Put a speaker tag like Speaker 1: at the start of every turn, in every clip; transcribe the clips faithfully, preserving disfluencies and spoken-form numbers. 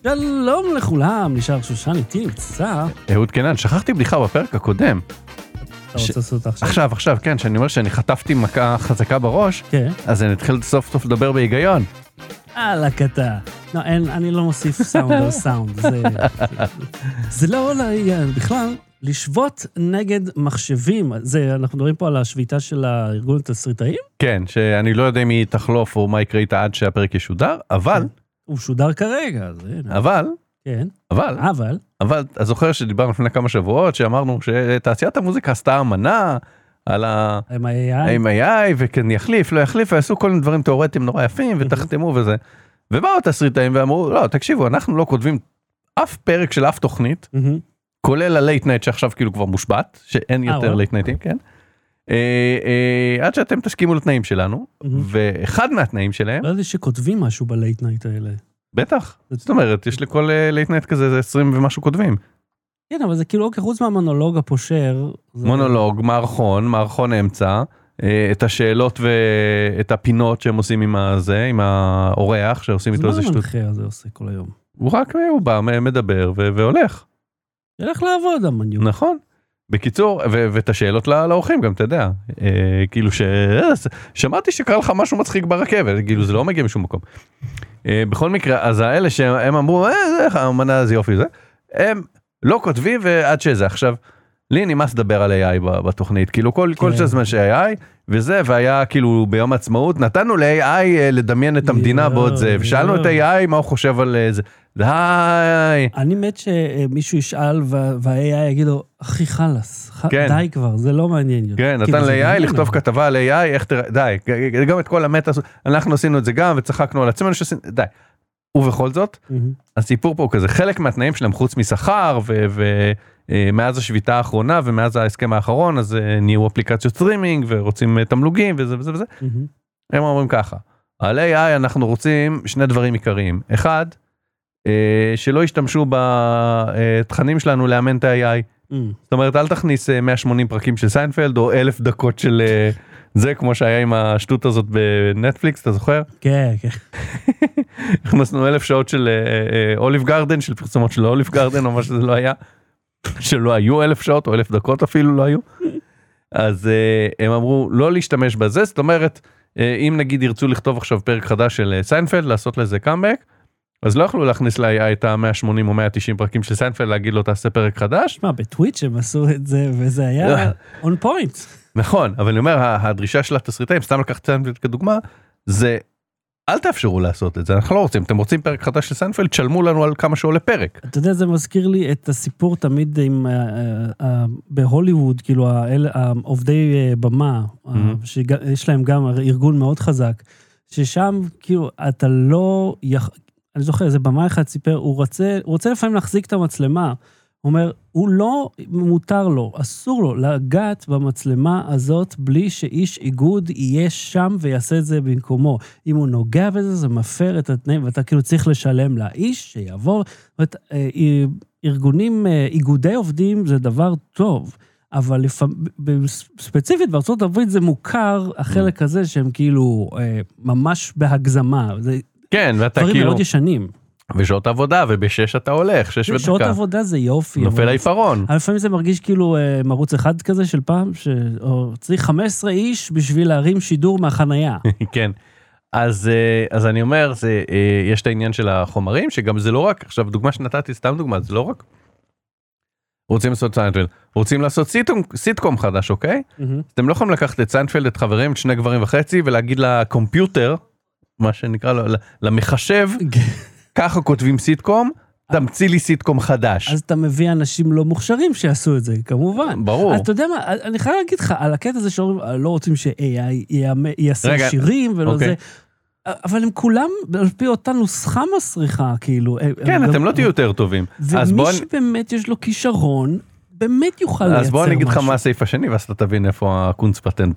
Speaker 1: שלום לכולם, נשאר שושן איתי נמצא.
Speaker 2: אהוד קנן, שכחתי בדיחה בפרק הקודם.
Speaker 1: אתה רוצה לעשות אותה עכשיו?
Speaker 2: עכשיו, עכשיו, כן, שאני אומר שאני חטפתי מכה חזקה בראש,
Speaker 1: כן.
Speaker 2: אז אני התחיל סוף סוף לדבר בהיגיון.
Speaker 1: הלאה קטע. לא, אין, אני לא מוסיף סאונד על סאונד. זה, זה לא, בכלל, לשבות נגד מחשבים. זה, אנחנו מדברים פה על השביתה של הארגון התסריטאים?
Speaker 2: כן, שאני לא יודע אם היא תחלוף או מה יקרה איתה עד שהפרק ישודר, אבל...
Speaker 1: הוא שודר כרגע, זה...
Speaker 2: אבל...
Speaker 1: כן.
Speaker 2: אבל...
Speaker 1: אבל...
Speaker 2: אבל, אתה זוכר שדיברנו לפני כמה שבועות, שאמרנו שתעשיית המוזיקה עשתה אמנה על ה-אם איי איי, וכן יחליף, לא יחליף, ועשו כל מיני דברים תיאורטיים נורא יפים, ותחתמו וזה. ובאו התסריטאים ואמרו, לא, תקשיבו, אנחנו לא כותבים אף פרק של אף תוכנית, כולל הלייט נייט שעכשיו כאילו כבר מושבת, שאין יותר לייט נייטים, כן? עד שאתם תסכימו לתנאים שלנו, ואחד מהתנאים שלהם...
Speaker 1: לא יודע שכותבים משהו בלייט נייט האלה.
Speaker 2: בטח, זאת אומרת, יש לכל לייט נייט כזה, זה עשרים ומשהו כותבים.
Speaker 1: כן, אבל זה כאילו, חוץ מהמונולוג הפושר...
Speaker 2: מונולוג, מערכון, מערכון אמצע, את השאלות ואת הפינות שהם עושים עם הזה, עם האורח, שעושים איתו איזה שטות.
Speaker 1: אז מה המנחה הזה עושה כל היום?
Speaker 2: הוא רק, הוא בא, מדבר והולך.
Speaker 1: ילך לעבוד, המניוק.
Speaker 2: נכון. בקיצור, ואת השאלות לאורחים גם, אתה יודע, כאילו ש... שמעתי שקרה לך משהו מצחיק ברכבת, כאילו זה לא מגיע משום מקום. בכל מקרה, אז האלה שהם אמרו, אה, זה המנה זה יופי זה, הם לא כותבים ועד שזה. עכשיו, לי נמאס לדבר על איי איי בתוכנית, כאילו כל, כל זמן ש-איי איי, וזה, והיה כאילו ביום העצמאות, נתנו ל-איי איי לדמיין את המדינה בעוד זה, ושאלנו את איי איי מה הוא חושב על זה. די.
Speaker 1: אני מת שמישהו ישאל וה-איי איי יגיד לו, אחי חלס, די כבר, זה לא מעניין יותר.
Speaker 2: כן, נתן ל-איי איי לכתוב כתבה על איי איי, איך תראה, די, גם את כל המטה, אנחנו עשינו את זה גם, וצחקנו על עצמנו שעשינו, די. ובכל זאת, הסיפור פה הוא כזה, חלק מהתנאים שלהם חוץ משכר, ומאז השביתה האחרונה, ומאז ההסכם האחרון, אז נהיו אפליקציות סטרימינג, ורוצים תמלוגים, וזה וזה וזה. הם אומרים ככה, על איי איי אנחנו רוצים שני דברים עיקריים. אחד, שלא ישתמשו בתכנים שלנו לאמן את ה-איי איי. זאת אומרת, אל תכניס מאה ושמונים פרקים של סיינפלד, או אלף דקות של זה, כמו שהיה עם השטות הזאת בנטפליקס, אתה זוכר?
Speaker 1: כן, כן.
Speaker 2: הכנסנו אלף שעות של אוליב גרדן, של פרסומות של אוליב גרדן, או מה שזה לא היה, שלא היו אלף שעות, או אלף דקות אפילו לא היו. אז הם אמרו, לא להשתמש בזה, זאת אומרת, אם נגיד ירצו לכתוב עכשיו פרק חדש של סיינפלד, לעשות לזה קאמבק, אז לא יכלו להכניס ל-איי איי את ה-מאה ושמונים או מאה ותשעים פרקים של סיינפלד, להגיד לו תעשה פרק חדש.
Speaker 1: מה, בטוויץ' הם עשו את זה, וזה היה on point.
Speaker 2: נכון, אבל אני אומר, הדרישה של התסריטאים, סתם לקחת סיינפלד כדוגמה, זה, אל תאפשרו לעשות את זה, אנחנו לא רוצים, אתם רוצים פרק חדש של סיינפלד, תשלמו לנו על כמה שעולה פרק.
Speaker 1: אתה יודע, זה מזכיר לי את הסיפור תמיד עם, בהוליווד, כאילו, העובדי במה, שיש להם גם ארגון מאוד חזק, ששם, כאילו, אתה לא... אני זוכר, זה במה אחד סיפר, הוא רוצה, הוא רוצה לפעמים להחזיק את המצלמה, הוא אומר, הוא לא מותר לו, אסור לו לגעת במצלמה הזאת, בלי שאיש איגוד יהיה שם ויעשה את זה במקומו. אם הוא נוגע בזה, זה מפר את התנאים, ואתה כאילו צריך לשלם לאיש שיעבור. ואת, ארגונים, איגודי עובדים זה דבר טוב, אבל לפעמים, ספציפית בארצות הברית זה מוכר, החלק הזה שהם כאילו ממש בהגזמה, זה
Speaker 2: כן, ואתה כאילו...
Speaker 1: דברים מאוד ישנים.
Speaker 2: ושעות עבודה, ובשש אתה הולך, שש ודקה.
Speaker 1: שעות עבודה זה יופי.
Speaker 2: נופל העיפרון.
Speaker 1: אבל לפעמים זה מרגיש כאילו מרוץ אחד כזה של פעם, שצריך חמישה עשר איש בשביל להרים שידור מהחנייה.
Speaker 2: כן. אז, אז אני אומר, זה, יש את העניין של החומרים, שגם זה לא רק, עכשיו דוגמה שנתתי, סתם דוגמה, זה לא רק, רוצים לעשות סיינפלד, רוצים לעשות סיטקום, סיטקום חדש, אוקיי? אתם לא יכולים לקחת את סיינפלד, את חברים, את שני גברים וחצי, ולהגיד לקומפיוטר, מה שנקרא לו, למחשב, ככה כותבים סיטקום, תמציא לי סיטקום חדש.
Speaker 1: אז אתה מביא אנשים לא מוכשרים שיעשו את זה, כמובן.
Speaker 2: ברור.
Speaker 1: אתה יודע מה, אני חייב להגיד לך, על הקטע הזה שאומרים, לא רוצים ש-איי איי יעשה שירים ולא זה, אבל הם כולם, על פי אותה נוסחה מסריחה, כאילו.
Speaker 2: כן, אתם לא תהיו יותר טובים.
Speaker 1: ומי שבאמת יש לו כישרון, באמת יוכל לייצר משהו.
Speaker 2: אז בוא אני אגיד לך מה הסעיף השני, ואז אתה תבין איפה הקונץ פטנט.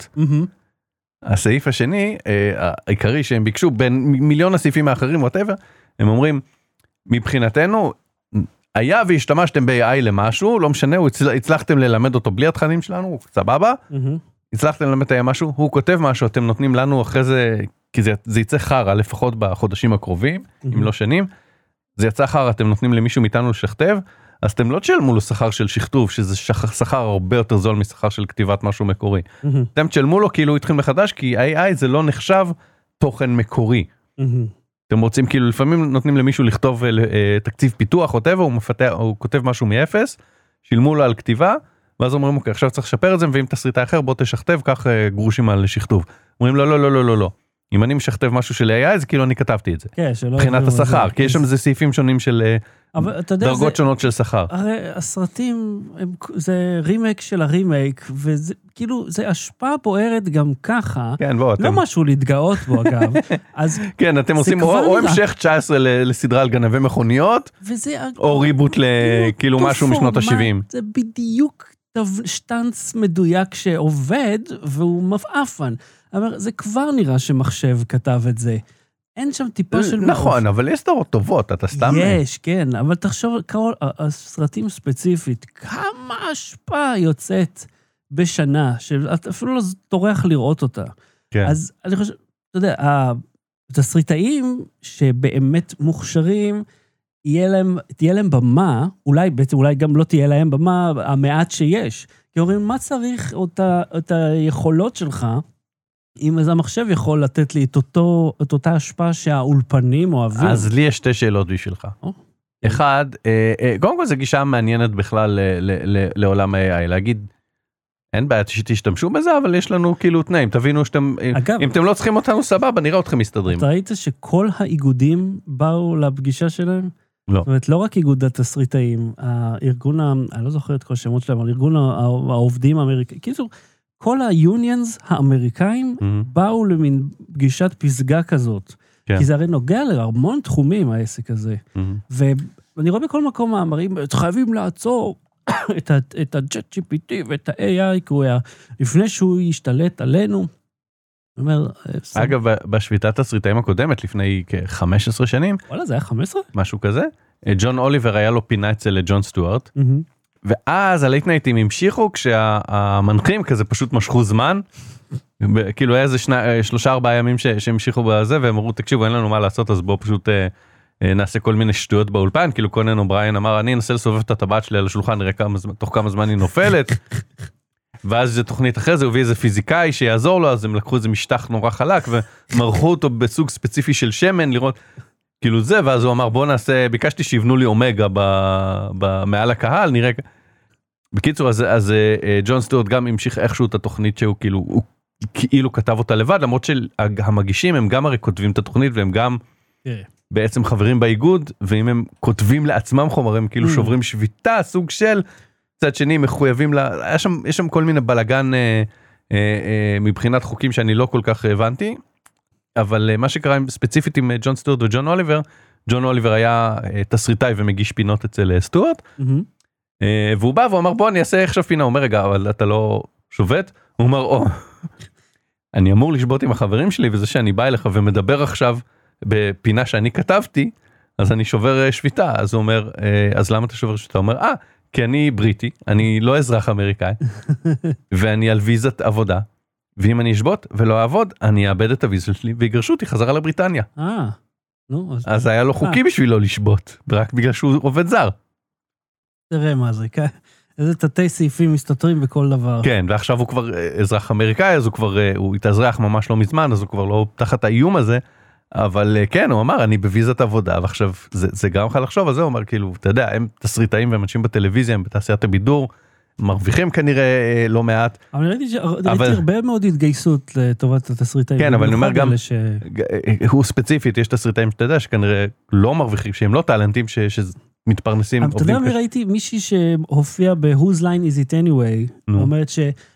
Speaker 2: הסעיף השני, העיקרי שהם ביקשו, בין מיליון הסעיפים האחרים, whatever, הם אומרים, מבחינתנו, היה והשתמשתם ב-איי איי למשהו, לא משנה, הצלחתם ללמד אותו בלי התכנים שלנו, סבבה, הצלחתם ללמד היה משהו, הוא כותב משהו, אתם נותנים לנו אחרי זה, כי זה, זה יצא חרה, לפחות בחודשים הקרובים, אם לא שנים, זה יצא אחר, אתם נותנים למישהו מאיתנו לשכתב, אז אתם לא תשלמו לו שכר של שכתוב, שזה שכר הרבה יותר זול משכר של כתיבת משהו מקורי. Mm-hmm. אתם תשלמו לו כאילו התחיל מחדש, כי איי איי זה לא נחשב תוכן מקורי. Mm-hmm. אתם רוצים, כאילו לפעמים נותנים למישהו לכתוב uh, תקציב פיתוח או טבע, הוא, מפתח, הוא כותב משהו מאפס, שילמו לו על כתיבה, ואז אומרים, אוקיי, עכשיו צריך לשפר את זה, ואם תסריטה אחר, בוא תשכתב, כך uh, גרושים על שכתוב. אומרים, לא, לא, לא, לא, לא, לא. אם אני משכתב משהו של איי איי, זה כאילו אני כתבתי את זה.
Speaker 1: כן, שלא...
Speaker 2: מבחינת השכר, כי יש שם איזה סעיפים שונים של דרגות שונות של שכר.
Speaker 1: הרי הסרטים, זה רימייק של הרימייק, וזה כאילו, זה השפעה בוערת גם ככה, לא משהו להתגאות בו אגב.
Speaker 2: כן, אתם עושים או המשך תשע עשרה לסדרה על גנבי מכוניות, או ריבוט לכאילו משהו משנות ה-שבעים.
Speaker 1: זה בדיוק שטנץ מדויק שעובד, והוא מפאפן. אבל זה כבר נראה שמחשב כתב את זה. אין שם טיפה של...
Speaker 2: נכון, אבל יש סדרות טובות, אתה סתם...
Speaker 1: יש, כן, אבל תחשוב, הסרטים ספציפית, כמה השפעה יוצאת בשנה, שאתה אפילו לא טורח לראות אותה.
Speaker 2: כן.
Speaker 1: אז אני חושב, אתה יודע, התסריטאים שבאמת מוכשרים, יהיה להם, תהיה להם במה, אולי, בעצם אולי גם לא תהיה להם במה, המעט שיש. כי אומרים, מה צריך אותה, את היכולות שלך, אם איזה המחשב יכול לתת לי את, אותו, את אותה השפעה שהאולפנים אוהבים.
Speaker 2: אז לי יש שתי שאלות בשבילך. Oh. אחד, אה, אה, קודם כל זו גישה מעניינת בכלל ל, ל, ל, לעולם ה-איי איי, להגיד, אין בעיה שתשתמשו בזה, אבל יש לנו כאילו תנאים, תבינו שאתם, אגב, אם אתם לא צריכים אותנו סבבה, נראה אתכם מסתדרים.
Speaker 1: אתה ראית שכל האיגודים באו לפגישה שלהם?
Speaker 2: לא.
Speaker 1: זאת אומרת, לא רק איגוד התסריטאים, הארגון, אני לא זוכר את כל השמות שלהם, אבל ארגון העובדים האמריקאים, כאילו, כל ה-unions האמריקאים mm-hmm. באו למין פגישת פסגה כזאת. כן. כי זה הרי נוגע להמון תחומים, העסק הזה. Mm-hmm. ואני רואה בכל מקום מאמרים, חייבים לעצור את ה-ג'אט ג'י פי טי ואת ה-איי איי, כי הוא היה, לפני שהוא ישתלט עלינו. אומר,
Speaker 2: אגב, בשביתת הסרטאים הקודמת, לפני כ-חמש עשרה שנים,
Speaker 1: וואלה, זה היה חמש עשרה?
Speaker 2: משהו כזה, ג'ון אוליבר היה לו פינה אצל ג'ון סטוארט, mm-hmm. ואז הלייט נייטים המשיכו, כשהמנחים כזה פשוט משכו זמן, כאילו היה איזה שלושה ארבעה ימים שהמשיכו בזה, והם אמרו, תקשיבו, אין לנו מה לעשות, אז בואו פשוט נעשה כל מיני שטויות באולפן, כאילו קונן אובריין אמר, אני אנסה לסובב את הטבעת שלי על השולחן, נראה תוך כמה זמן היא נופלת, ואז זו תוכנית אחרי זה, הוא הביא איזה פיזיקאי שיעזור לו, אז הם לקחו איזה משטח נורא חלק, ומרחו אותו בסוג ספציפי של שמן, לראות, כאילו זה, ואז הוא אמר, בוא נעשה, ביקשתי שיבנו לי אומגה מעל הקהל, נראה... בקיצור, אז, אז ג'ון סטוארט גם המשיך איכשהו את התוכנית שהוא כאילו, הוא כאילו כתב אותה לבד, למרות שהמגישים הם גם הרי כותבים את התוכנית, והם גם yeah. בעצם חברים באיגוד, ואם הם כותבים לעצמם חומרים, כאילו mm. שוברים שביתה, סוג של, צד שני מחויבים לה, יש שם, יש שם כל מיני בלגן אה, אה, אה, מבחינת חוקים שאני לא כל כך הבנתי, אבל אה, מה שקרה ספציפית עם ג'ון סטוארט וג'ון אוליבר, ג'ון אוליבר היה אה, תסריטאי ומגיש פינות אצל סטוארט, mm-hmm. והוא בא ואומר, בוא אני אעשה עכשיו פינה, הוא אומר, רגע, אבל אתה לא שובת? הוא אומר, או, אני אמור לשבות עם החברים שלי, וזה שאני בא אליך ומדבר עכשיו בפינה שאני כתבתי, אז אני שובר שביתה. אז הוא אומר, אז למה אתה שובר שביתה? הוא אומר, אה, כי אני בריטי, אני לא אזרח אמריקאי, ואני על ויזת עבודה, ואם אני אשבות ולא אעבוד, אני אאבד את הוויזה שלי, ויגרשו אותי חזרה לבריטניה.
Speaker 1: אה, נו.
Speaker 2: אז היה לו חוקי בשביל לא לשבות, רק בגלל שהוא עובד זר.
Speaker 1: תראה מה זה, איזה תתי סעיפים מסתתרים בכל דבר.
Speaker 2: כן, ועכשיו הוא כבר אזרח אמריקאי, אז הוא כבר, הוא התאזרח ממש לא מזמן, אז הוא כבר לא תחת האיום הזה, אבל כן, הוא אמר, אני בוויזת עבודה, ועכשיו זה, זה גם לך לחשוב, אז זה הוא אומר, כאילו, אתה יודע, הם תסריטאים והם אנשים בטלוויזיה, הם בתעשיית הבידור, מרוויחים כנראה לא מעט.
Speaker 1: אבל ראיתי הרבה מאוד התגייסות לטובת התסריטאים.
Speaker 2: כן, אבל אני אומר גם, הוא ספציפית, יש תסריטאים שאתה יודע, שכנראה לא מרוויחים, שהם לא טלנטים, מתפרנסים.
Speaker 1: אתה יודע, אני ראיתי מישהי שהופיע ב-Whose Line Is It Anyway, אומרת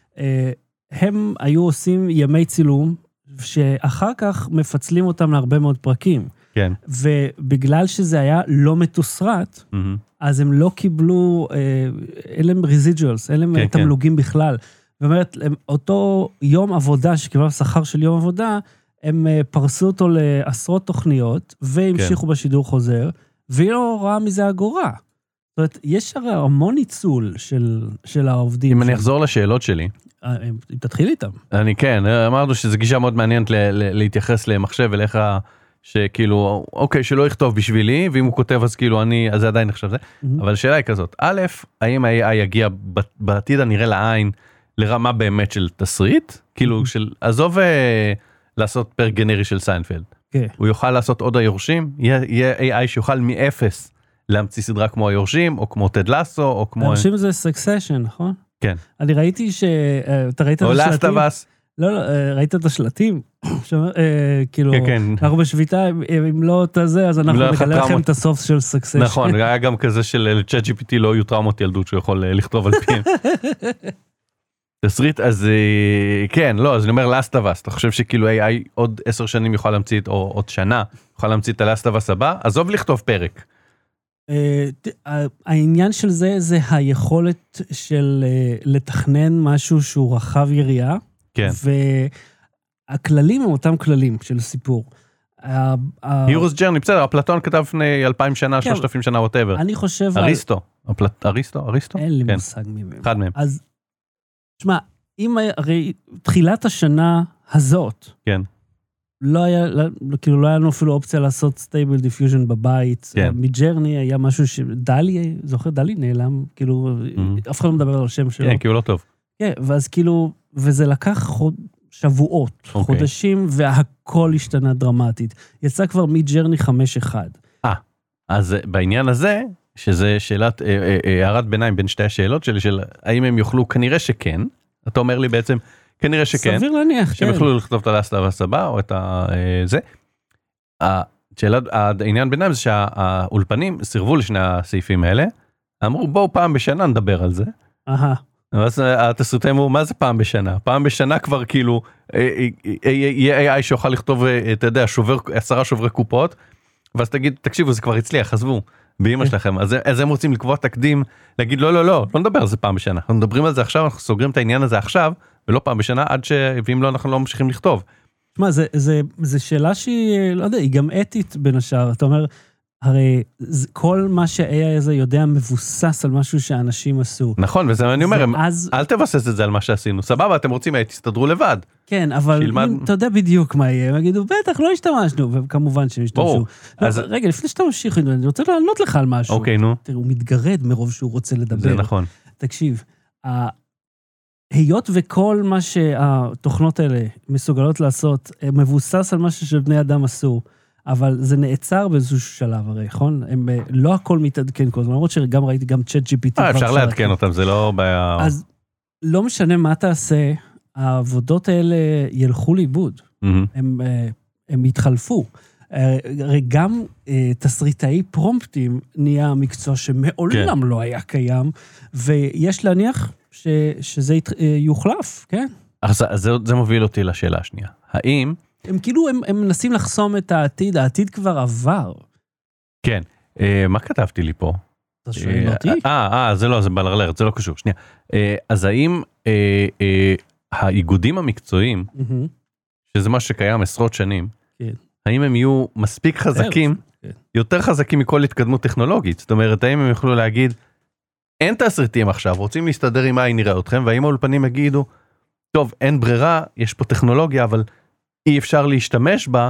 Speaker 1: שהם היו עושים ימי צילום, שאחר כך מפצלים אותם להרבה מאוד פרקים.
Speaker 2: כן.
Speaker 1: ובגלל שזה היה לא מתוסרט, אז הם לא קיבלו, אלה הם residuals, אלה הם תמלוגים בכלל. ואומרת, אותו יום עבודה, שקיבלו שכר של יום עבודה, הם פרסו אותו לעשרות תוכניות, והמשיכו בשידור חוזר, והיא לא ראה מזה אגורה. זאת אומרת, יש הרי המון ניצול של, של העובדים.
Speaker 2: אם אני אחזור לשאלות שלי.
Speaker 1: אם תתחיל איתם.
Speaker 2: אני כן, אמרנו שזו גישה מאוד מעניינת ל- ל- להתייחס למחשב, ולאיך שכאילו, אוקיי, שלא יכתוב בשבילי, ואם הוא כותב אז כאילו אני, אז זה עדיין נחשב זה, אבל השאלה היא כזאת, א', האם ה-איי איי יגיע בעתיד הנראה לעין, לרמה באמת של תסריט, כאילו של, עזוב לעשות פרק גנרי של סיינפלד, הוא יוכל לעשות עוד היורשים, יהיה איי איי שיוכל מאפס, להמציא סדרה כמו היורשים, או כמו טד לסו, או כמו...
Speaker 1: היורשים זה סקסשן, נכון?
Speaker 2: כן.
Speaker 1: אני ראיתי ש... אתה ראית את השלטים?
Speaker 2: או לאסט
Speaker 1: לא, לא, ראית את השלטים? כאילו, אנחנו בשביתה, אם לא את זה, אז אנחנו נגלה לכם את הסוף של סקסשן.
Speaker 2: נכון, היה גם כזה של צ'אט ג'י פי טי לא יהיו טראומות ילדות, שהוא יכול לכתוב על פיהם. תסריט, אז כן, לא, אז אני אומר לאסט אוף אס, אתה חושב שכאילו איי איי עוד עשר שנים יוכל להמציא, או עוד שנה, יוכל להמציא את הלאסט אוף אס הבא, עזוב לכתוב פרק.
Speaker 1: העניין של זה, זה היכולת של לתכנן משהו שהוא רחב יריעה,
Speaker 2: כן.
Speaker 1: והכללים הם אותם כללים של סיפור.
Speaker 2: הירוס ג'רני, בסדר, אפלטון כתב לפני אלפיים שנה, שלושת אלפים שנה, whatever.
Speaker 1: אני חושב...
Speaker 2: אריסטו, אריסטו, אריסטו?
Speaker 1: אין לי מושג מהם.
Speaker 2: אחד מהם.
Speaker 1: אז, תשמע, אם הרי תחילת השנה הזאת,
Speaker 2: כן.
Speaker 1: לא היה, כאילו לא היה לנו אפילו אופציה לעשות סטייבל דיפיוז'ן בבית.
Speaker 2: כן.
Speaker 1: מג'רני היה משהו שדלי, זוכר, דלי נעלם, כאילו, אף אחד לא מדבר על השם שלו.
Speaker 2: כן, כי הוא לא טוב.
Speaker 1: כן, ואז כאילו, וזה לקח חוד, שבועות, חודשים, והכל השתנה דרמטית. יצא כבר מג'רני חמש אחד.
Speaker 2: אה, אז בעניין הזה, שזה שאלת, הערת ביניים בין שתי השאלות שלי, של האם הם יוכלו, כנראה שכן, אתה אומר לי בעצם, כנראה שכן.
Speaker 1: סביר להניח,
Speaker 2: שהם יוכלו לכתוב את הלאסט אוף אס הבא, או את זה. השאלת, העניין ביניים זה שהאולפנים סירבו לשני הסעיפים האלה, אמרו בואו פעם בשנה נדבר על זה.
Speaker 1: אהה.
Speaker 2: ואז התסריטאים אמרו, מה זה פעם בשנה? פעם בשנה כבר כאילו, יהיה איי איי שיוכל לכתוב, אתה יודע, עשרה שוברי קופות, ואז תגיד, תקשיבו, זה כבר הצליח, עזבו, באמא שלכם. אז הם רוצים לקבוע תקדים, להגיד, לא, לא, לא, לא נדבר על זה פעם בשנה. אנחנו מדברים על זה עכשיו, אנחנו סוגרים את העניין הזה עכשיו, ולא פעם בשנה, עד ש... ואם לא, אנחנו לא ממשיכים לכתוב.
Speaker 1: תשמע, זה, זה, זה שאלה שהיא, לא יודע, היא גם אתית בין השאר. אתה אומר, הרי כל מה שה-איי איי הזה יודע מבוסס על משהו שאנשים עשו.
Speaker 2: נכון, וזה אני אומר,
Speaker 1: אז...
Speaker 2: אל תבסס את זה על מה שעשינו. סבבה, אתם רוצים, תסתדרו לבד.
Speaker 1: כן, אבל
Speaker 2: שילמד...
Speaker 1: אם, אתה יודע בדיוק מה יהיה, הם יגידו, בטח, לא השתמשנו, וכמובן שהם השתמשו.
Speaker 2: אז...
Speaker 1: לא, רגע, לפני שאתה ממשיך, אני רוצה לענות לך על משהו.
Speaker 2: אוקיי, נו.
Speaker 1: תראה, הוא מתגרד מרוב שהוא רוצה לדבר.
Speaker 2: זה נכון.
Speaker 1: תקשיב, היות וכל מה שהתוכנות האלה מסוגלות לעשות, מבוסס על משהו שבני אדם עשו, אבל זה נעצר באיזשהו שלב, הרי, נכון? הם לא הכל מתעדכן כל הזמן, למרות שגם ראיתי גם צ'אט ג'י פי טי.
Speaker 2: אה, אפשר לעדכן אותם, זה לא בעיה...
Speaker 1: אז לא משנה מה תעשה, העבודות האלה ילכו לאיבוד. הם, הם יתחלפו. הרי גם תסריטאי פרומפטים נהיה מקצוע שמעולם לא היה קיים, ויש להניח ש, שזה יוחלף, כן?
Speaker 2: אז זה, זה מוביל אותי לשאלה השנייה. האם...
Speaker 1: הם כאילו, הם, הם מנסים לחסום את העתיד, העתיד כבר עבר.
Speaker 2: כן. אה, מה כתבתי לי פה?
Speaker 1: אתה שואל אותי?
Speaker 2: אה, אה, זה לא, זה בלרלרת, זה לא קשור. שנייה. אה, אז האם אה, אה, האיגודים המקצועיים, שזה מה שקיים עשרות שנים,
Speaker 1: כן.
Speaker 2: האם הם יהיו מספיק חזקים, כן. יותר חזקים מכל התקדמות טכנולוגית? זאת אומרת, האם הם יוכלו להגיד, אין תסריטים עכשיו, רוצים להסתדר עם מה נראה אתכם, והאם האולפנים יגידו, טוב, אין ברירה, יש פה טכנולוגיה, אבל אי אפשר להשתמש בה,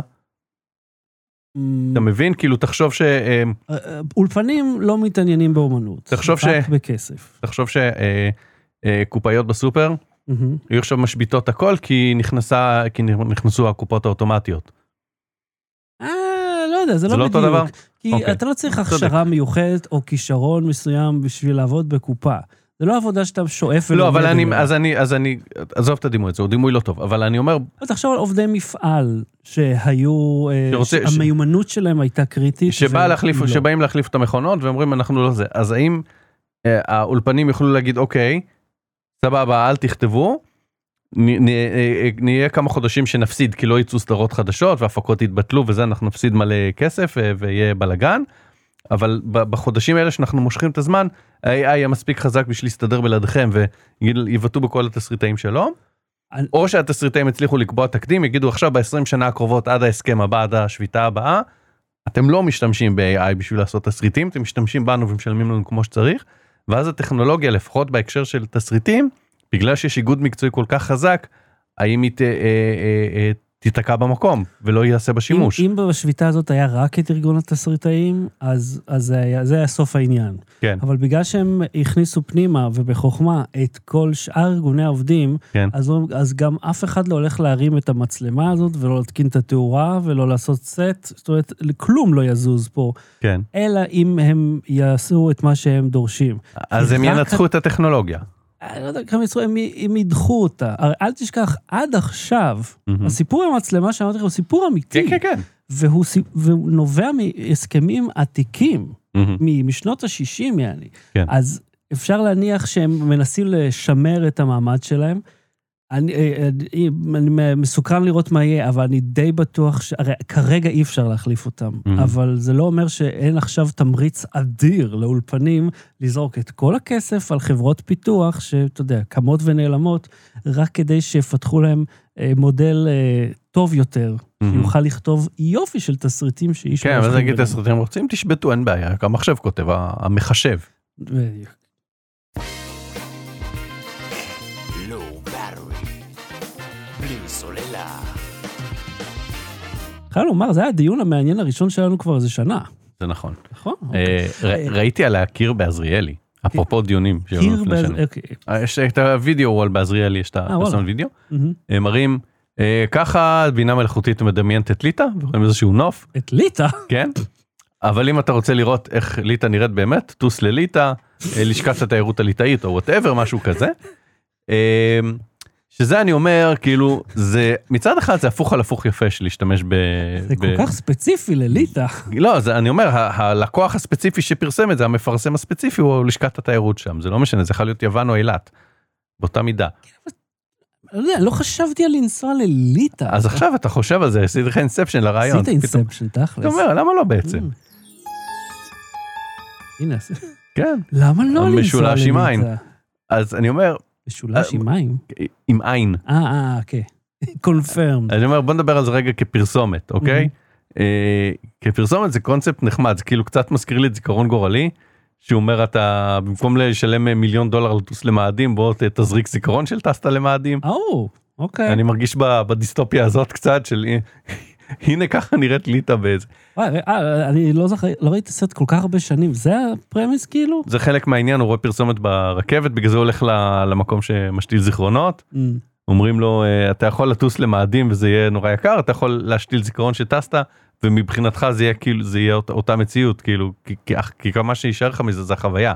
Speaker 2: אתה מבין? כאילו, תחשוב ש...
Speaker 1: אולפנים לא מתעניינים באומנות.
Speaker 2: תחשוב ש...
Speaker 1: רק בכסף.
Speaker 2: תחשוב שקופאיות בסופר, יהיו עכשיו משביתות הכל, כי נכנסה, כי נכנסו הקופות האוטומטיות.
Speaker 1: אה, לא יודע, זה לא בדיוק. כי אתה לא צריך הכשרה מיוחדת, או כישרון מסוים בשביל לעבוד בקופה. זה לא עבודה שאתה שואף...
Speaker 2: לא, אבל אני, אז אני, אז אני, עזוב את הדימוי הזה, הוא דימוי לא טוב, אבל אני אומר...
Speaker 1: תחשוב על עובדי מפעל שהיו, המיומנות שלהם הייתה קריטית.
Speaker 2: שבאים להחליף את המכונות, ואומרים, אנחנו לא זה. אז האם האולפנים יוכלו להגיד, אוקיי, סבבה, אל תכתבו, נהיה כמה חודשים שנפסיד, כי לא יצאו סדרות חדשות, והפקות יתבטלו, וזה אנחנו נפסיד מלא כסף, ויהיה בלגן. אבל בחודשים האלה שאנחנו מושכים את הזמן, ה-איי איי יהיה מספיק חזק בשביל להסתדר בלעדיכם, ויבטאו בכל התסריטאים שלו, או שהתסריטאים הצליחו לקבוע תקדים, יגידו עכשיו ב-עשרים שנה הקרובות, עד ההסכם הבא, עד השביתה הבאה, אתם לא משתמשים ב-איי איי בשביל לעשות תסריטים, אתם משתמשים בנו ומשלמים לנו כמו שצריך, ואז הטכנולוגיה, לפחות בהקשר של תסריטים, בגלל שיש איגוד מקצועי כל כך חזק, האם היא תתקע במקום, ולא יעשה בשימוש.
Speaker 1: אם, אם בשביתה הזאת היה רק את ארגון התסריטאים, אז, אז זה, היה, זה היה סוף העניין.
Speaker 2: כן.
Speaker 1: אבל בגלל שהם הכניסו פנימה ובחוכמה את כל שאר ארגוני העובדים,
Speaker 2: כן.
Speaker 1: אז, אז גם אף אחד לא הולך להרים את המצלמה הזאת, ולא להתקין את התאורה, ולא לעשות סט, זאת אומרת, כלום לא יזוז פה.
Speaker 2: כן.
Speaker 1: אלא אם הם יעשו את מה שהם דורשים.
Speaker 2: אז הם ינצחו את הטכנולוגיה.
Speaker 1: אני לא יודע כמה יצרו, הם, הם ידחו אותה. אל תשכח, עד עכשיו, mm-hmm. הסיפור עם המצלמה שאמרתי לך, הוא סיפור אמיתי.
Speaker 2: כן, כן, כן.
Speaker 1: והוא, והוא נובע מהסכמים עתיקים, mm-hmm. משנות ה-שישים, יעני. כן. אז אפשר להניח שהם מנסים לשמר את המעמד שלהם. אני, אני, אני מסוכן לראות מה יהיה, אבל אני די בטוח ש... הרי כרגע אי אפשר להחליף אותם, mm-hmm. אבל זה לא אומר שאין עכשיו תמריץ אדיר לאולפנים לזרוק את כל הכסף על חברות פיתוח, שאתה יודע, קמות ונעלמות, רק כדי שיפתחו להם מודל טוב יותר, mm-hmm. שיוכל לכתוב יופי של תסריטים שאיש...
Speaker 2: כן, אבל נגיד תסריטים רוצים, תשבטו, אין בעיה, המחשב כותב, המחשב.
Speaker 1: בדיוק. חייב לומר, זה היה הדיון המעניין הראשון שלנו כבר איזה שנה.
Speaker 2: זה נכון.
Speaker 1: נכון?
Speaker 2: ראיתי על הקיר בעזריאלי, אפרופו דיונים.
Speaker 1: קיר בעזריאלי, אוקיי.
Speaker 2: יש את הוידאו וול בעזריאלי, יש את הפרסון וידאו. הם מראים, ככה בינה מלאכותית מדמיינת את ליטה, ורואים איזשהו נוף.
Speaker 1: את ליטה?
Speaker 2: כן. אבל אם אתה רוצה לראות איך ליטה נראית באמת, טוס לליטה, לשכת התיירות הליטאית, או whatever, משהו כזה. שזה אני אומר, כאילו, זה, מצד אחד זה הפוך על הפוך יפה של להשתמש ב...
Speaker 1: זה כל כך ספציפי לליטה.
Speaker 2: לא, זה, אני אומר, הלקוח הספציפי שפרסם את זה, המפרסם הספציפי, הוא לשכת התיירות שם, זה לא משנה, זה יכול להיות יוון או אילת, באותה מידה.
Speaker 1: לא חשבתי על לנסוע לליטה.
Speaker 2: אז עכשיו אתה חושב על זה, עשית לך אינספשן לרעיון.
Speaker 1: עשית אינספשן, תכלס.
Speaker 2: אתה אומר, למה לא בעצם?
Speaker 1: הנה,
Speaker 2: כן.
Speaker 1: למה לא לנסוע
Speaker 2: לליטה? אז אני אומר,
Speaker 1: משולש עם מים?
Speaker 2: עם עין.
Speaker 1: אה, אה, אוקיי. קונפרמד.
Speaker 2: אני אומר, בוא נדבר על זה רגע כפרסומת, אוקיי? כפרסומת זה קונספט נחמד, זה כאילו קצת מזכיר לי את זיכרון גורלי, שהוא אומר, אתה במקום לשלם מיליון דולר לטוס למאדים, בוא תזריק זיכרון של טסת למאדים.
Speaker 1: או, אוקיי.
Speaker 2: אני מרגיש בדיסטופיה הזאת קצת של... הנה ככה נראית ליטה באיזה.
Speaker 1: אני לא זוכר, לא ראיתי סרט כל כך הרבה שנים, זה הפרמיס כאילו?
Speaker 2: זה חלק מהעניין, הוא רואה פרסומת ברכבת, בגלל זה הוא הולך למקום שמשתיל זיכרונות, אומרים לו, אתה יכול לטוס למאדים וזה יהיה נורא יקר, אתה יכול להשתיל זיכרון שטסת, ומבחינתך זה יהיה כאילו, זה יהיה אותה מציאות, כאילו, כי כמה שישאר לך מזה, זה החוויה.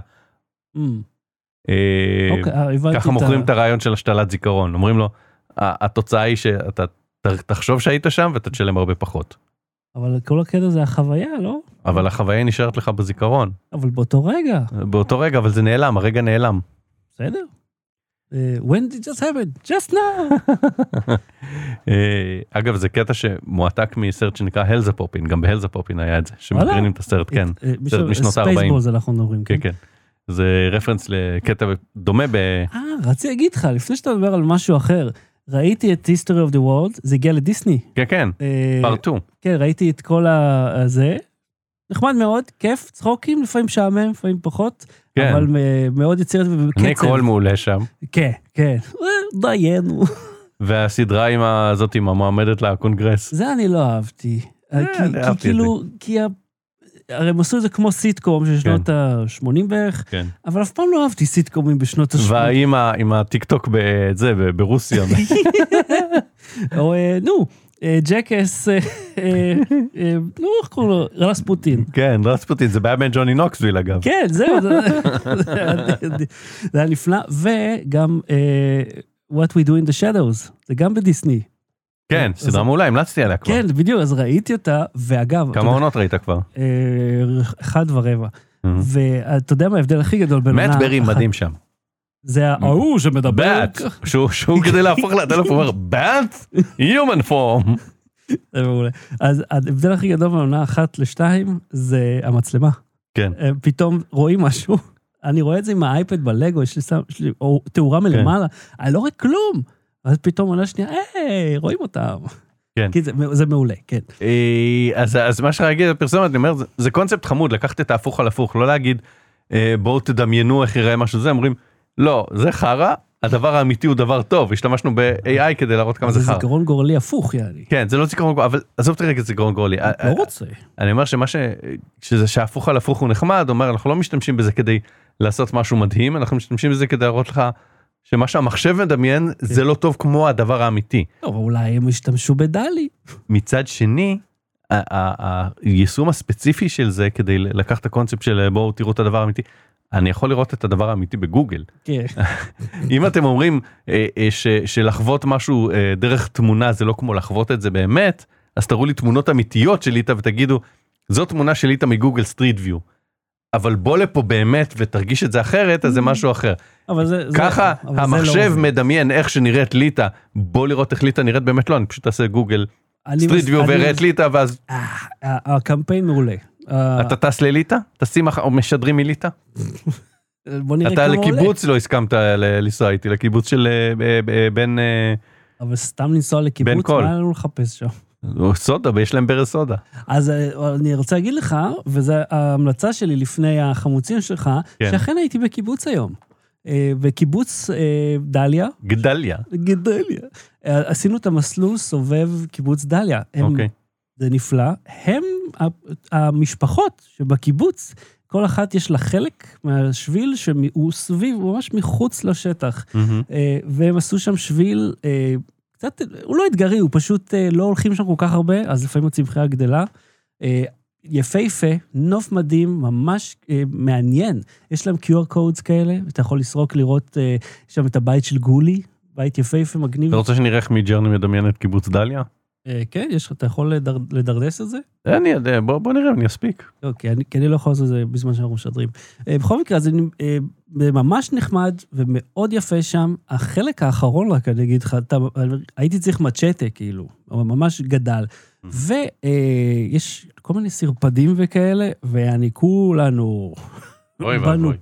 Speaker 2: ככה מוכרים את הרעיון של השתלת זיכרון, אומרים לו, התוצאה היא שאתה תחשוב שהיית שם ואתה תשלם הרבה פחות.
Speaker 1: אבל כל הקטע זה החוויה, לא?
Speaker 2: אבל החוויה נשארת לך בזיכרון.
Speaker 1: אבל באותו רגע.
Speaker 2: באותו רגע, אבל זה נעלם, הרגע נעלם.
Speaker 1: בסדר. When did just happen? Just now.
Speaker 2: אגב, זה קטע שמועתק מסרט שנקרא הלזפופין, גם בהלזפופין היה את זה, שמקרינים את הסרט, כן. סרט משנות ה-ארבעים.
Speaker 1: ספייסבולס אנחנו מדברים,
Speaker 2: כן. כן, כן. זה רפרנס לקטע דומה ב...
Speaker 1: אה, רציתי להגיד לך, לפני שאתה מדבר על משהו אחר, ראיתי את History of the World, זה הגיע לדיסני.
Speaker 2: כן, כן, פארט שתיים.
Speaker 1: כן, ראיתי את כל הזה. נחמד מאוד, כיף, צחוקים, לפעמים שעמם, לפעמים פחות, אבל מאוד יצירת ובקצב.
Speaker 2: אני קול מעולה שם.
Speaker 1: כן, כן, דיינו.
Speaker 2: והסדרה הזאת עם המועמדת לקונגרס.
Speaker 1: זה אני לא אהבתי. כי כאילו, כי הרי הם עשו את זה כמו סיטקום של שנות ה-שמונים בערך, אבל אף פעם לא אהבתי סיטקומים בשנות ה-שמונים.
Speaker 2: ועם הטיק-טוק בזה, ברוסיה.
Speaker 1: או, נו, ג'קס, נו, איך קוראים לו? רספוטין.
Speaker 2: כן, רספוטין, זה בעיה בין ג'וני נוקסוויל אגב.
Speaker 1: כן, זהו, זה היה נפלא, וגם What We Do in the Shadows, זה גם בדיסני.
Speaker 2: כן, סדרה מעולה, המלצתי עליה כבר.
Speaker 1: כן, בדיוק, אז ראיתי אותה, ואגב...
Speaker 2: כמה עונות ראית כבר?
Speaker 1: אחד ורבע. ואתה יודע מה ההבדל הכי גדול בין...
Speaker 2: מאט ברי מדהים שם.
Speaker 1: זה ההוא שמדבר...
Speaker 2: באט, שהוא כדי להפוך לטלפון, הוא אומר, באט, human form.
Speaker 1: זה מעולה. אז ההבדל הכי גדול בעונה אחת לשתיים, זה המצלמה.
Speaker 2: כן.
Speaker 1: פתאום רואים משהו, אני רואה את זה עם האייפד בלגו, יש לי תאורה מלמעלה, אני לא רואה כלום. אז פתאום עונה שנייה, היי, רואים אותם.
Speaker 2: כן.
Speaker 1: כי זה, זה מעולה, כן.
Speaker 2: אז, אז מה שאני אגיד בפרסומת, אני אומר, זה, זה קונספט חמוד, לקחת את ההפוך על הפוך, לא להגיד, בואו תדמיינו איך יראה משהו זה, אומרים, לא, זה חרה, הדבר האמיתי הוא דבר טוב, השתמשנו ב-איי איי כדי להראות כמה זה חר.
Speaker 1: זה זיכרון גורלי הפוך, יעני.
Speaker 2: כן, זה לא זיכרון גורלי, אבל עזוב תראה את זיכרון גורלי.
Speaker 1: לא רוצה.
Speaker 2: אני אומר שמה ש... שזה שהפוך על הפוך הוא נחמד, אומר, אנחנו לא משתמשים בזה כדי לעשות משהו מדהים, אנחנו משתמשים בזה כדי להראות לך שמה שהמחשב מדמיין זה לא טוב כמו הדבר האמיתי.
Speaker 1: טוב, אולי הם השתמשו בדלי.
Speaker 2: מצד שני, היישום הספציפי של זה, כדי לקחת את הקונספט של בואו תראו את הדבר האמיתי, אני יכול לראות את הדבר האמיתי בגוגל.
Speaker 1: כן.
Speaker 2: אם אתם אומרים שלחוות משהו דרך תמונה זה לא כמו לחוות את זה באמת, אז תראו לי תמונות אמיתיות של ליטה ותגידו, זו תמונה של ליטה מגוגל סטריט ויו. אבל בוא לפה באמת ותרגיש את זה אחרת, אז זה משהו אחר. ככה המחשב מדמיין איך שנראית ליטה, בוא לראות איך ליטה נראית באמת לא, אני פשוט אעשה גוגל סטריט ויו וראה את ליטה, ואז...
Speaker 1: הקמפיין מעולה.
Speaker 2: אתה טס לליטה? טסים או משדרים מליטה?
Speaker 1: בוא נראה כמה עולה.
Speaker 2: אתה לקיבוץ לא הסכמת לנסוע איתי, לקיבוץ של בן...
Speaker 1: אבל סתם לנסוע לקיבוץ, מה לנו לחפש שם?
Speaker 2: סודה, ויש להם ברז סודה.
Speaker 1: אז אני רוצה להגיד לך, וזו ההמלצה שלי לפני החמוצים שלך, שאכן הייתי בקיבוץ היום. בקיבוץ דליה.
Speaker 2: גדליה.
Speaker 1: גדליה. עשינו את המסלול סובב קיבוץ דליה.
Speaker 2: אוקיי.
Speaker 1: זה נפלא. הם, המשפחות שבקיבוץ, כל אחת יש לה חלק מהשביל שהוא סביב, ממש מחוץ לשטח. והם עשו שם שביל, קצת, הוא לא אתגרי, הוא פשוט לא הולכים שם כל כך הרבה, אז לפעמים הצמחייה גדלה. יפהפה, נוף מדהים, ממש מעניין. יש להם קיו אר קודס כאלה, ואתה יכול לסרוק לראות שם את הבית של גולי, בית יפהפה, מגניב.
Speaker 2: אתה רוצה שנראה איך מג'רני מדמיין את קיבוץ דליה?
Speaker 1: כן, יש, אתה יכול לדרדס את זה?
Speaker 2: אני יודע, בוא נראה, אני אספיק.
Speaker 1: אוקיי, כי אני לא יכול לעשות את זה בזמן שאנחנו משדרים. בכל מקרה, זה ממש נחמד ומאוד יפה שם. החלק האחרון, רק אני אגיד לך, הייתי צריך מצ'טה, כאילו, ממש גדל. ויש כל מיני סרפדים וכאלה, ואני כולנו...
Speaker 2: אוי ואבוי.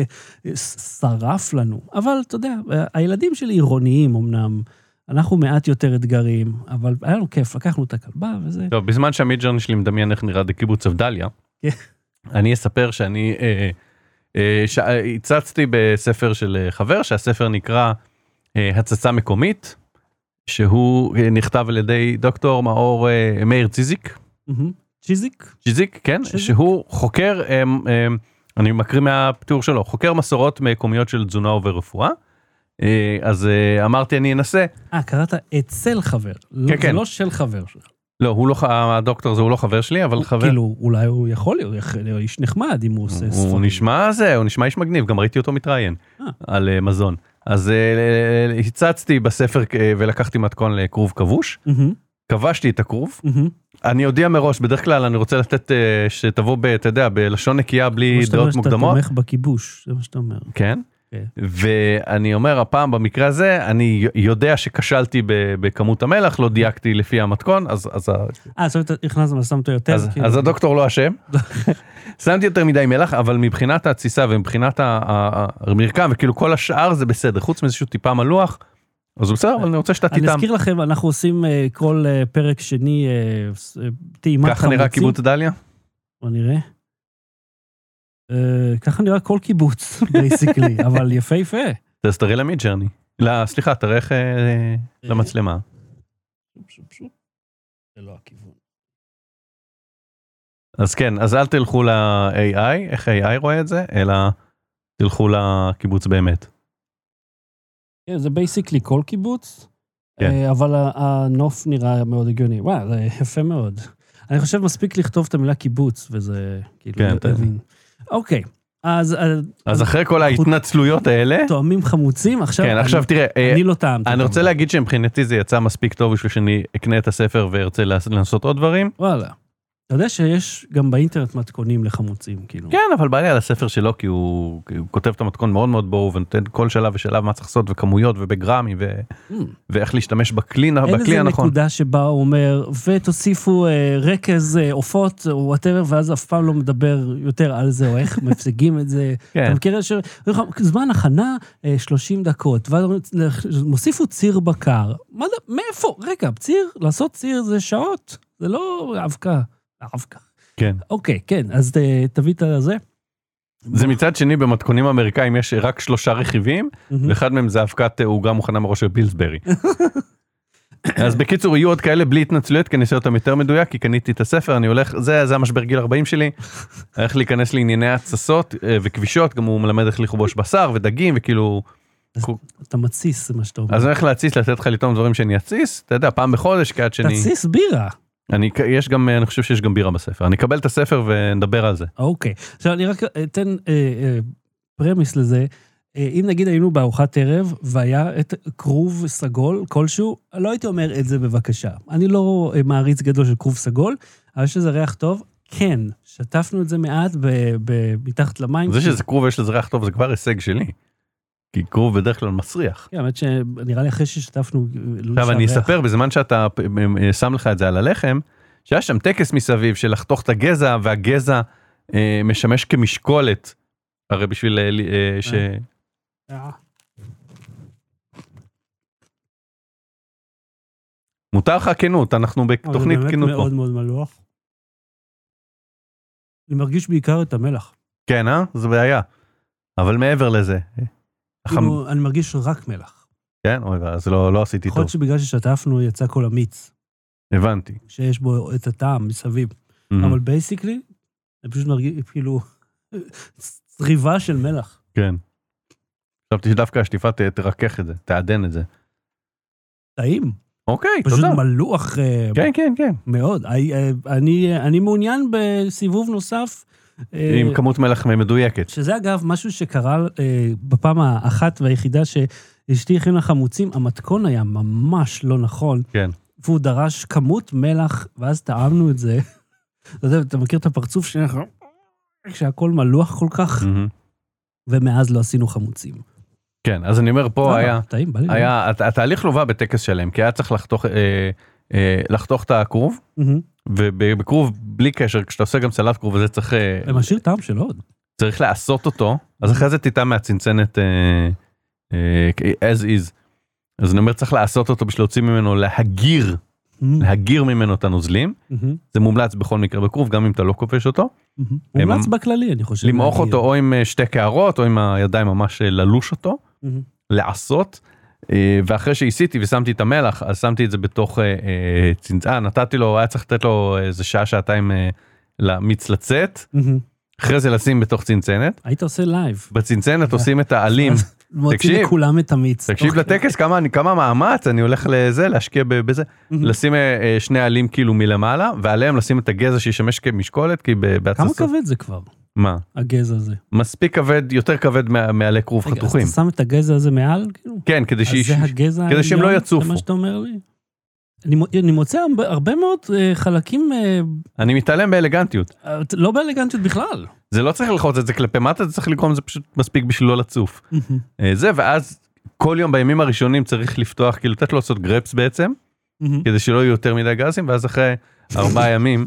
Speaker 1: שרף לנו. אבל, אתה יודע, הילדים שלי עירוניים, אמנם, אנחנו מעט יותר אתגרים, אבל היה לנו כיף, לקחנו את הכלבה וזה.
Speaker 2: טוב, בזמן שהמידג'רני שלי מדמיין איך נראה בקיבוץ אבדליה, אני אספר שאני הצצתי בספר של חבר, שהספר נקרא הצצה מקומית, שהוא נכתב על ידי דוקטור מאור מאיר ציזיק.
Speaker 1: צ'יזיק?
Speaker 2: צ'יזיק, כן, שהוא חוקר, אני מקריא מהתיאור שלו, חוקר מסורות מקומיות של תזונה ורפואה, אז אמרתי אני אנסה.
Speaker 1: אה, קראת אצל חבר, זה לא של חבר שלך.
Speaker 2: לא, הוא לא, הדוקטור זה הוא לא חבר שלי, אבל חבר...
Speaker 1: כאילו, אולי הוא יכול להיות איש נחמד אם הוא עושה ספרים.
Speaker 2: הוא נשמע זה, הוא נשמע איש מגניב, גם ראיתי אותו מתראיין על מזון. אז הצצתי בספר ולקחתי מתכון לכרוב כבוש, כבשתי את הכרוב, אני יודע מראש, בדרך כלל אני רוצה לתת שתבוא, אתה יודע, בלשון נקייה בלי דעות מוקדמות.
Speaker 1: שאתה תומך בכיבוש, זה מה שאתה אומר.
Speaker 2: כן. ואני אומר, הפעם במקרה הזה, אני יודע שכשלתי בכמות המלח, לא דייקתי לפי המתכון, אז...
Speaker 1: אה, זאת אומרת, הכנסנו, שמת יותר.
Speaker 2: אז הדוקטור לא אשם. שמתי יותר מדי מלח, אבל מבחינת התסיסה ומבחינת המרקם, וכאילו כל השאר זה בסדר, חוץ מאיזשהו טיפה מלוח, אז בסדר, אבל אני רוצה שאתה תיתם.
Speaker 1: אני אזכיר לכם, אנחנו עושים כל פרק שני, טעימת חמוצים.
Speaker 2: ככה נראה קיבוץ דליה?
Speaker 1: בוא נראה. ככה נראה כל קיבוץ, בייסיקלי, אבל יפה יפה.
Speaker 2: אז תראה למידג'רני. סליחה, תראה איך למצלמה.
Speaker 1: זה לא הכיוון.
Speaker 2: אז כן, אז אל תלכו ל-איי איי, איך ה-איי איי רואה את זה, אלא תלכו לקיבוץ באמת.
Speaker 1: כן, זה בייסיקלי כל קיבוץ, אבל הנוף נראה מאוד הגיוני. וואו, זה יפה מאוד. אני חושב מספיק לכתוב את המילה קיבוץ, וזה כאילו... אוקיי, אז...
Speaker 2: אז אחרי כל ההתנצלויות האלה...
Speaker 1: תואמים חמוצים, עכשיו...
Speaker 2: כן, עכשיו תראה...
Speaker 1: אני לא טעמתי.
Speaker 2: אני רוצה להגיד שמבחינתי זה יצא מספיק טוב בשביל שאני אקנה את הספר וארצה לעשות עוד דברים.
Speaker 1: וואלה. אתה יודע שיש גם באינטרנט מתכונים לחמוצים, כאילו.
Speaker 2: כן, אבל בא לי על הספר שלו, כי הוא כותב את המתכון מאוד מאוד ברור, ונותן כל שלב ושלב מה צריך לעשות, וכמויות ובגרמים, ואיך להשתמש בכלי הנכון.
Speaker 1: אין איזה נקודה שבה הוא אומר, ותוסיפו רכז עופות, או whatever, ואז אף פעם לא מדבר יותר על זה, או איך מפסגים את זה. אתה מכיר, זמן הכנה שלושים דקות, ומוסיפו ציר בקר. מאיפה? רגע, ציר, לעשות ציר זה שעות, זה לא אבקה. אבקה.
Speaker 2: כן.
Speaker 1: אוקיי, כן, אז תביא את זה.
Speaker 2: זה מצד שני, במתכונים האמריקאים יש רק שלושה רכיבים, ואחד מהם זה אבקת עוגה מוכנה מראש של פילסברי. אז בקיצור, יהיו עוד כאלה בלי התנצלויות, כי אני אעשה אותם יותר מדויק, כי קניתי את הספר, אני הולך, זה, זה המשבר גיל ארבעים שלי, הולך להיכנס לענייני הצסות וכבישות, גם הוא מלמד איך לכבוש בשר ודגים, וכאילו...
Speaker 1: אתה מציס, זה מה שאתה אומר.
Speaker 2: אז אני הולך להציס, לתת לך לטעום דברים שאני אציס, אתה יודע, פעם בחודש, כעד שני...
Speaker 1: תציס בירה.
Speaker 2: אני, יש גם, אני חושב שיש גם בירה בספר, אני אקבל את הספר ונדבר על זה.
Speaker 1: אוקיי, עכשיו אני רק אתן פרמיס לזה, אם נגיד היינו בארוחת ערב, והיה את כרוב סגול כלשהו, לא הייתי אומר את זה בבקשה. אני לא מעריץ גדול של כרוב סגול, אבל יש לזה ריח טוב. כן, שטפנו את זה מעט מתחת למים.
Speaker 2: זה שזה כרוב ויש לזה ריח טוב, זה כבר הישג שלי. כי כרוב בדרך כלל מסריח.
Speaker 1: כן, האמת שנראה לי אחרי ששטפנו...
Speaker 2: עכשיו אני אספר, בזמן שאתה שם לך את זה על הלחם, שהיה שם טקס מסביב של לחתוך את הגזע, והגזע משמש כמשקולת, הרי בשביל ש... מותר לך כנות, אנחנו בתוכנית כנות פה.
Speaker 1: זה באמת מאוד מאוד מלוח. אני מרגיש בעיקר את המלח.
Speaker 2: כן, אה? זה בעיה. אבל מעבר לזה.
Speaker 1: אני מרגיש רק מלח.
Speaker 2: כן? אוי, אז לא עשיתי טוב.
Speaker 1: יכול להיות שבגלל ששטפנו יצא כל המיץ.
Speaker 2: הבנתי.
Speaker 1: שיש בו את הטעם מסביב. אבל בייסיקלי, אני פשוט מרגיש כאילו צריבה של מלח.
Speaker 2: כן. חשבתי שדווקא השטיפה תרכך את זה, תעדן את זה.
Speaker 1: טעים.
Speaker 2: אוקיי,
Speaker 1: פשוט
Speaker 2: תודה.
Speaker 1: פשוט מלוח.
Speaker 2: כן, כן, כן.
Speaker 1: מאוד. אני, אני מעוניין בסיבוב נוסף.
Speaker 2: עם כמות מלח מדויקת.
Speaker 1: שזה אגב משהו שקרה בפעם האחת והיחידה שאשתי הכינה חמוצים, המתכון היה ממש לא נכון.
Speaker 2: כן.
Speaker 1: והוא דרש כמות מלח, ואז טעמנו את זה. אתה יודע, אתה מכיר את הפרצוף שלך? שהכל מלוח כל כך, ומאז לא עשינו חמוצים.
Speaker 2: כן, אז אני אומר, פה היה,
Speaker 1: טעים, בא לי.
Speaker 2: היה, התהליך לובה בטקס שלהם, כי היה צריך לחתוך, לחתוך את הכרוב, ובכרוב, בלי קשר, כשאתה עושה גם סלט כרוב, וזה צריך...
Speaker 1: זה משאיר טעם של עוד.
Speaker 2: צריך לעשות אותו, אז אחרי זה תיטע מהצנצנת as is. אז אני אומר, צריך לעשות אותו בשביל להוציא ממנו, להגיר, להגיר ממנו את הנוזלים. זה מומלץ בכל מקרה בכרוב, גם אם אתה לא כובש אותו.
Speaker 1: מומלץ בכללי, אני חושב.
Speaker 2: למעוך אותו או עם שתי קערות, או עם הידיים ממש ללוש אותו, לעשות. ואחרי שהסיתי ושמתי את המלח, אז שמתי את זה בתוך צנצנה, נתתי לו, היה צריך לתת לו איזה שעה, שעתיים למיץ לצאת. אחרי זה לשים בתוך צנצנת.
Speaker 1: היית עושה לייב.
Speaker 2: בצנצנת עושים את העלים.
Speaker 1: מוציא לכולם את המיץ.
Speaker 2: תקשיב לטקס, כמה מאמץ, אני הולך לזה, להשקיע בזה, לשים שני עלים כאילו מלמעלה, ועליהם לשים את הגזע שישמש כמשקולת, כי בהצסות...
Speaker 1: כמה כבד זה כבר?
Speaker 2: מה?
Speaker 1: הגזע הזה.
Speaker 2: מספיק כבד, יותר כבד מעלי כרוב חתוכים.
Speaker 1: אז אתה שם את הגזע הזה מעל?
Speaker 2: כן, כדי
Speaker 1: שהם
Speaker 2: לא יצופו.
Speaker 1: זה מה שאתה אומר לי? אני מוצא הרבה מאוד חלקים...
Speaker 2: אני מתעלם באלגנטיות.
Speaker 1: לא באלגנטיות בכלל.
Speaker 2: זה לא צריך ללחוץ את זה כלפי מטה, זה צריך לגרום, זה פשוט מספיק בשביל לא לצוף. זה, ואז כל יום בימים הראשונים צריך לפתוח, כאילו לתת לו לעשות גרפס בעצם, כדי שלא יהיו יותר מדי גזים, ואז אחרי ארבעה ימים,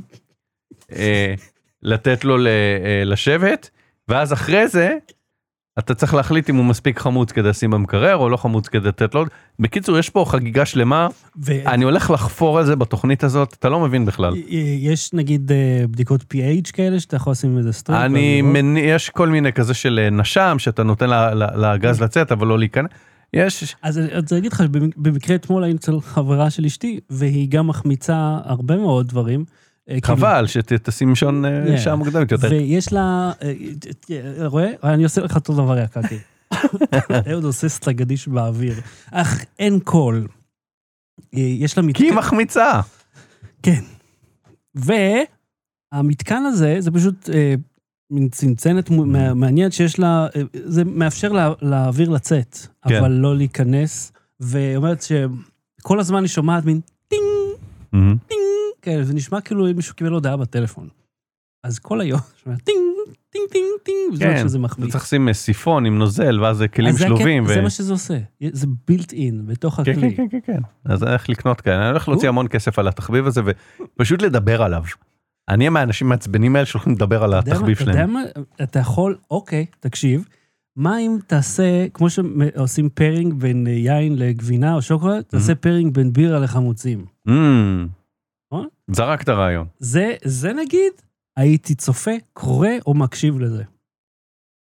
Speaker 2: לתת לו לשבת, ואז אחרי זה, אתה צריך להחליט אם הוא מספיק חמוץ כדי לשים במקרר, או לא חמוץ כדי לתת לו. בקיצור, יש פה חגיגה שלמה, אני הולך לחפור על זה בתוכנית הזאת, אתה לא מבין בכלל.
Speaker 1: יש נגיד בדיקות פי אייץ' כאלה, שאתה יכול לשים איזה סטריפ?
Speaker 2: יש כל מיני כזה של נשם, שאתה נותן לגז לצאת, אבל לא להיכנס. יש...
Speaker 1: אז אני אגיד לך, במקרה אתמול היינו אצל חברה של אשתי, והיא גם מחמיצה הרבה מאוד דברים,
Speaker 2: חבל שתשים שון שעה מוקדמת יותר.
Speaker 1: ויש לה, רואה? אני עושה לך אותו דבר יקקי. אהוד עושה סטגדיש באוויר. אך אין קול. יש לה מתקן...
Speaker 2: כי היא מחמיצה.
Speaker 1: כן. והמתקן הזה, זה פשוט מין צנצנת מעניינת שיש לה, זה מאפשר לאוויר לצאת, אבל לא להיכנס, ואומרת שכל הזמן היא שומעת מין טינג, טינג, כן, זה נשמע כאילו מישהו קיבל הודעה בטלפון. אז כל היום, שומע, טינג, טינג, טינג, טינג, וזה שזה מחמיץ.
Speaker 2: אתה צריך לשים סיפון עם נוזל, ואז זה כלים שלובים.
Speaker 1: זה מה שזה עושה. זה built in, בתוך הכלי.
Speaker 2: כן, כן, כן, כן. אז אני הולך לקנות כאן. אני הולך להוציא המון כסף על התחביב הזה, ופשוט לדבר עליו. אני עם האנשים מעצבנים האלה שהולכים לדבר על התחביב שלהם.
Speaker 1: אתה יודע מה? אתה יכול, אוקיי, תקשיב, מה אם תעשה, כמו שעושים פיירינג בין יין לגבינה או שוקולד, תעשה פיירינג בין בירה לחמוצים.
Speaker 2: זרק את הרעיון.
Speaker 1: זה, זה נגיד, הייתי צופה, קורא או מקשיב לזה.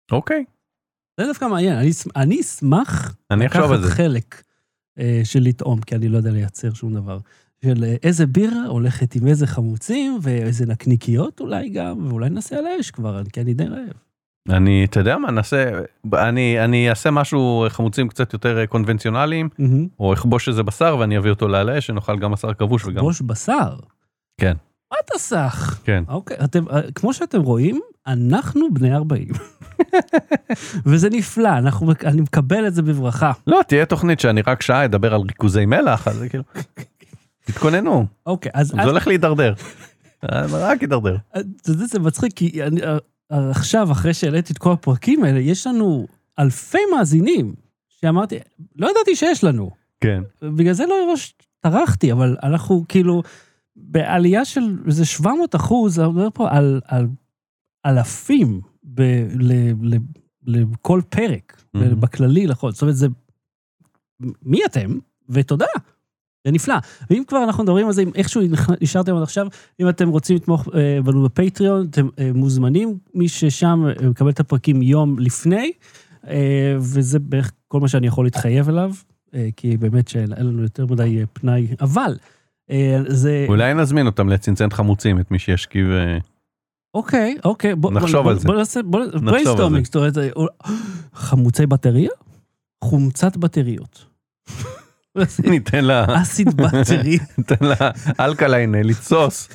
Speaker 2: אוקיי.
Speaker 1: זה דווקא מעניין, אני, אני אשמח
Speaker 2: אני אחשוב על זה.
Speaker 1: חלק אה, של לטעום, כי אני לא יודע לייצר שום דבר. של אה, איזה בירה הולכת עם איזה חמוצים, ואיזה נקניקיות אולי גם, ואולי נעשה על האש כבר, כי אני די רעב.
Speaker 2: אני, אתה יודע מה, נעשה, אני, אני אעשה משהו חמוצים קצת יותר קונבנציונליים, mm-hmm. או אכבוש איזה בשר, ואני אביא אותו לעלה, שנאכל גם בשר כבוש וגם...
Speaker 1: אכבוש בשר?
Speaker 2: כן.
Speaker 1: מה אתה סך?
Speaker 2: כן.
Speaker 1: אוקיי, אתם, כמו שאתם רואים, אנחנו בני ארבעים. וזה נפלא, אנחנו, אני מקבל את זה בברכה.
Speaker 2: לא, תהיה תוכנית שאני רק שעה אדבר על ריכוזי מלח, אז זה כאילו... תתכוננו.
Speaker 1: אוקיי, אז...
Speaker 2: זה הולך להידרדר. רק יידרדר.
Speaker 1: זה מצחיק, כי אני... עכשיו, אחרי שהעליתי את כל הפרקים האלה, יש לנו אלפי מאזינים, שאמרתי, לא ידעתי שיש לנו.
Speaker 2: כן.
Speaker 1: בגלל זה לא ממש טרחתי, אבל אנחנו כאילו, בעלייה של איזה שבע מאות אחוז, אני מדבר פה על, על אלפים ב, ל, ל, לכל פרק, mm-hmm. בכללי לכל. זאת אומרת, זה, מי אתם? ותודה. זה נפלא. ואם כבר אנחנו מדברים על זה, אם איכשהו נשארתם עד עכשיו, אם אתם רוצים לתמוך אה, בנו בפטריון, אתם אה, מוזמנים, מי ששם אה, מקבל את הפרקים יום לפני, אה, וזה בערך כל מה שאני יכול להתחייב אליו, אה, כי באמת שאין לנו יותר מדי אה, פנאי, אבל אה, זה...
Speaker 2: אולי נזמין אותם לצנצנת חמוצים, את מי שישכיב... אה...
Speaker 1: אוקיי, אוקיי. בוא,
Speaker 2: נחשוב
Speaker 1: בוא,
Speaker 2: על זה.
Speaker 1: בוא נעשה, בוא... בריינסטורמינג, זאת אומרת, חמוצי בטריה? חומצת בטריות.
Speaker 2: ניתן לה...
Speaker 1: אסיד בטרי.
Speaker 2: ניתן לה אלקליין, ליצוס.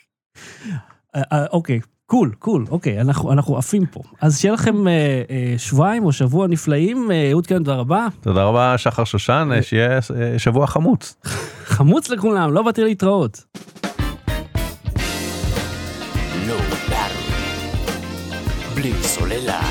Speaker 1: אוקיי, קול, קול, אוקיי, אנחנו עפים פה. אז שיהיה לכם שבועיים או שבוע נפלאים. אהוד קרן, תודה רבה.
Speaker 2: תודה רבה, שחר שושן, שיהיה שבוע חמוץ.
Speaker 1: חמוץ לכולם, לא באתי להתראות.
Speaker 3: בלי סוללה.